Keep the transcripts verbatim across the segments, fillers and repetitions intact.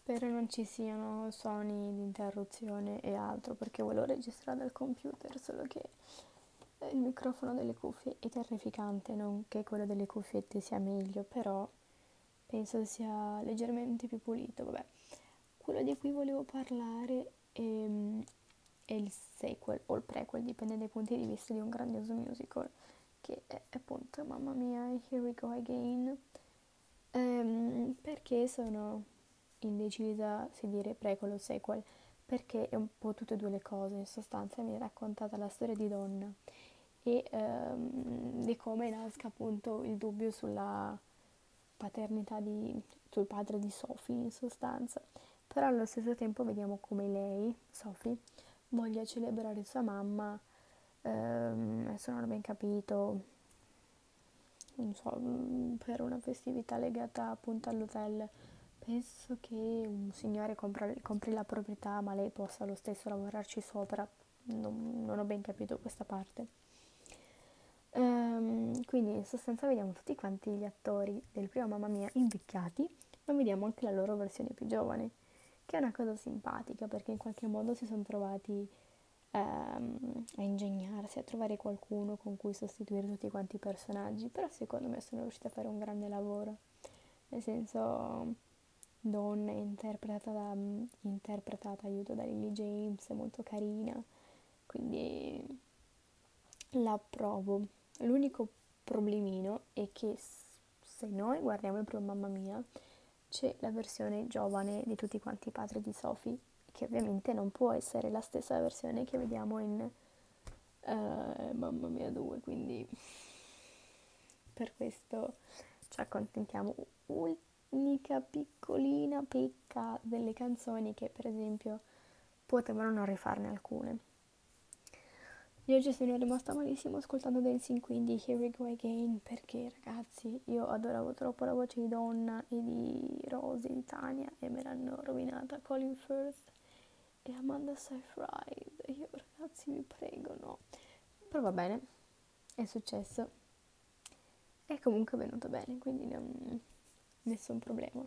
Spero non ci siano suoni di interruzione e altro perché volevo registrare dal computer, solo che il microfono delle cuffie è terrificante, non che quello delle cuffiette sia meglio, però penso sia leggermente più pulito. Vabbè, quello di cui volevo parlare è, è il sequel o il prequel, dipende dai punti di vista, di un grandioso musical che è appunto Mamma Mia, Here We Go Again. Ehm, perché sono indecisa se dire prequel o sequel, perché è un po' tutte e due le cose. In sostanza mi è raccontata la storia di Donna e ehm, di come nasca appunto il dubbio sulla paternità di, sul padre di Sophie in sostanza, però allo stesso tempo vediamo come lei, Sophie, voglia celebrare sua mamma, ehm, adesso non ho ben capito, non so, mm, per una festività legata appunto all'hotel. Penso che un signore compra- compri la proprietà ma lei possa lo stesso lavorarci sopra, non, non ho ben capito questa parte. Ehm, quindi in sostanza vediamo tutti quanti gli attori del primo Mamma Mia invecchiati, ma vediamo anche la loro versione più giovane, che è una cosa simpatica perché in qualche modo si sono trovati ehm, a ingegnarsi, a trovare qualcuno con cui sostituire tutti quanti i personaggi, però secondo me sono riusciti a fare un grande lavoro, nel senso Donna interpretata da, interpretata aiuto da Lily James, è molto carina, quindi la approvo. L'unico problemino è che se noi guardiamo il primo Mamma Mia c'è la versione giovane di tutti quanti i padri di Sophie, che ovviamente non può essere la stessa versione che vediamo in eh, Mamma Mia due, quindi per questo ci accontentiamo. Unica piccolina pecca delle canzoni che per esempio potevano non rifarne alcune. Io oggi sono rimasta malissimo ascoltando Dancing Queen di Here We Go Again perché ragazzi io adoravo troppo la voce di Donna e di Rosy, di Tania e me l'hanno rovinata Colin Firth e Amanda Seyfried e io ragazzi vi prego no, però va bene, è successo e comunque è venuto bene quindi non, nessun problema.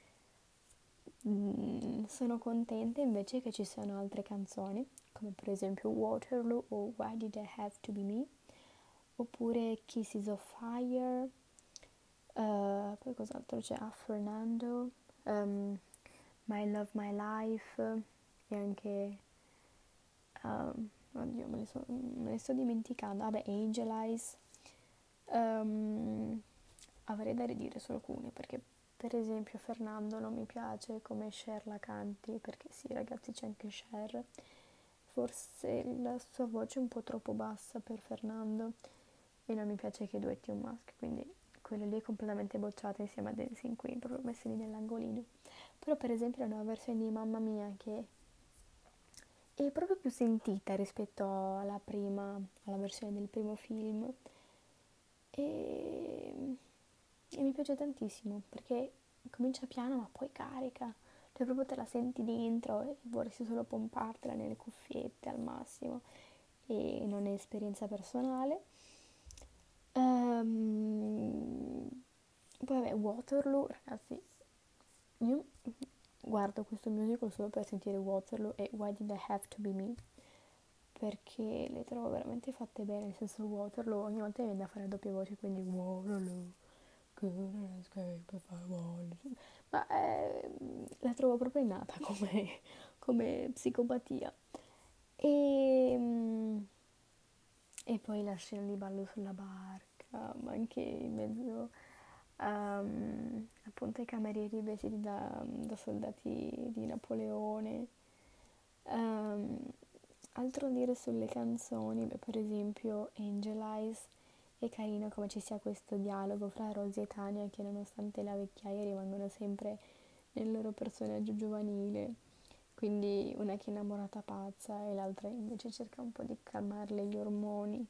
Mm, sono contenta invece che ci siano altre canzoni come per esempio Waterloo o Why Did I Have to Be Me, oppure Kisses of Fire, uh, poi cos'altro c'è? Ah, Fernando, um, My Love My Life e anche um, oddio me le, so, me le sto dimenticando, vabbè Angel Eyes. um, avrei da ridire su alcune perché per esempio Fernando non mi piace come Cher la canti, perché sì ragazzi c'è anche Cher, forse la sua voce è un po' troppo bassa per Fernando e non mi piace che duetti un maschio, quindi quello lì è completamente bocciato insieme a Dancing Queen, proprio messi lì nell'angolino. Però per esempio la nuova versione di Mamma Mia che è proprio più sentita rispetto alla prima, alla versione del primo film e, e mi piace tantissimo perché comincia piano ma poi carica, cioè proprio te la senti dentro e vorresti solo pompartela nelle cuffiette al massimo e non è esperienza personale. Um, poi vabbè, Waterloo, ragazzi, io guardo questo musical solo per sentire Waterloo e Why Did I Have to Be Me, perché le trovo veramente fatte bene, nel senso Waterloo ogni volta mi viene da fare a doppia voce, quindi Waterloo, couldn't escape if I wanted to. Ma eh, la trovo proprio innata come, come psicopatia. E, e poi la scena di ballo sulla barca, ma anche in mezzo um, appunto ai camerieri vestiti da, da soldati di Napoleone. Um, altro da dire sulle canzoni, beh, per esempio Angel Eyes è carino come ci sia questo dialogo fra Rosy e Tania che nonostante la vecchiaia rimangono sempre nel loro personaggio giovanile, quindi una che è innamorata pazza e l'altra invece cerca un po' di calmarle gli ormoni.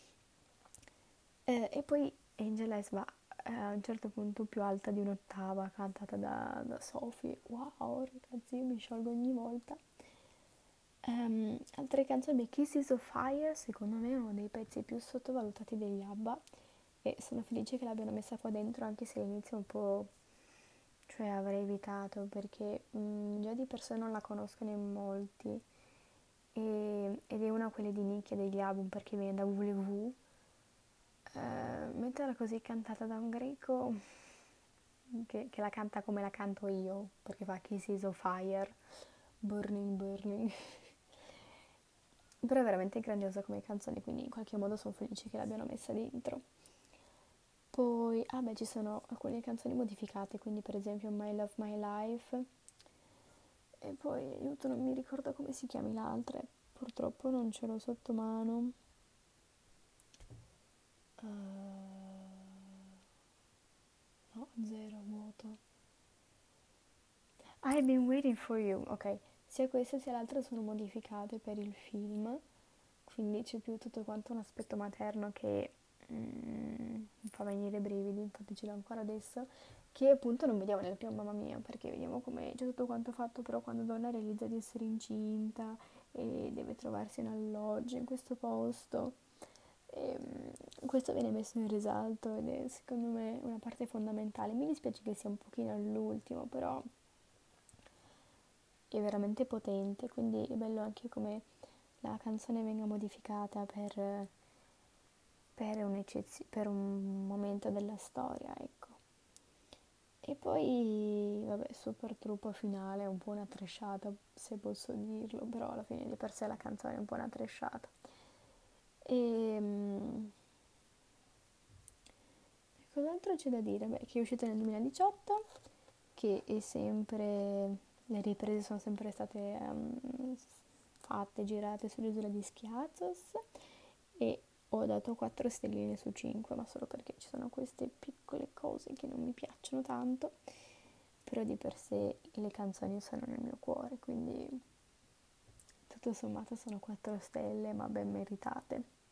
Eh, e poi Angel Eyes va eh, a un certo punto più alta di un'ottava, cantata da, da Sophie. Wow, ragazzi, io mi sciolgo ogni volta. Um, altre canzoni, beh, Kisses of Fire, secondo me è uno dei pezzi più sottovalutati degli ABBA e sono felice che l'abbiano messa qua dentro anche se all'inizio è un po', cioè avrei evitato perché mh, già di per sé non la conoscono in molti e- ed è una di quelle di nicchia degli album perché viene da W W W. Eh, metterla così cantata da un greco che, che la canta come la canto io, perché fa Kisses of Fire, Burning Burning. Però è veramente grandiosa come canzone, quindi in qualche modo sono felice che l'abbiano messa dentro. Poi, ah beh, ci sono alcune canzoni modificate, quindi per esempio My Love My Life. E poi, aiuto, non mi ricordo come si chiami l'altra, purtroppo non ce l'ho sotto mano. Uh, no, zero, vuoto. I've been waiting for you, ok. Sia questa sia l'altra sono modificate per il film, quindi c'è più tutto quanto un aspetto materno che mm, mi fa venire i brividi, infatti ce l'ho ancora adesso, che appunto non vediamo nella prima Mamma Mia, perché vediamo come c'è tutto quanto fatto, però quando donna realizza di essere incinta e deve trovarsi un alloggio in questo posto, e, mm, questo viene messo in risalto ed è secondo me una parte fondamentale. Mi dispiace che sia un pochino all'ultimo, però è veramente potente, quindi è bello anche come la canzone venga modificata per, per, per un momento della storia, ecco. E poi, vabbè, super truppo finale, un po' una tresciata, se posso dirlo, però alla fine di per sé la canzone è un po' una tresciata. E mm, cos'altro c'è da dire? Beh, che è uscita nel duemiladiciotto, che è sempre, le riprese sono sempre state um, fatte, girate sull'isola di Skiathos e ho dato quattro stelline su cinque, ma solo perché ci sono queste piccole cose che non mi piacciono tanto, però di per sé le canzoni sono nel mio cuore, quindi tutto sommato sono quattro stelle, ma ben meritate.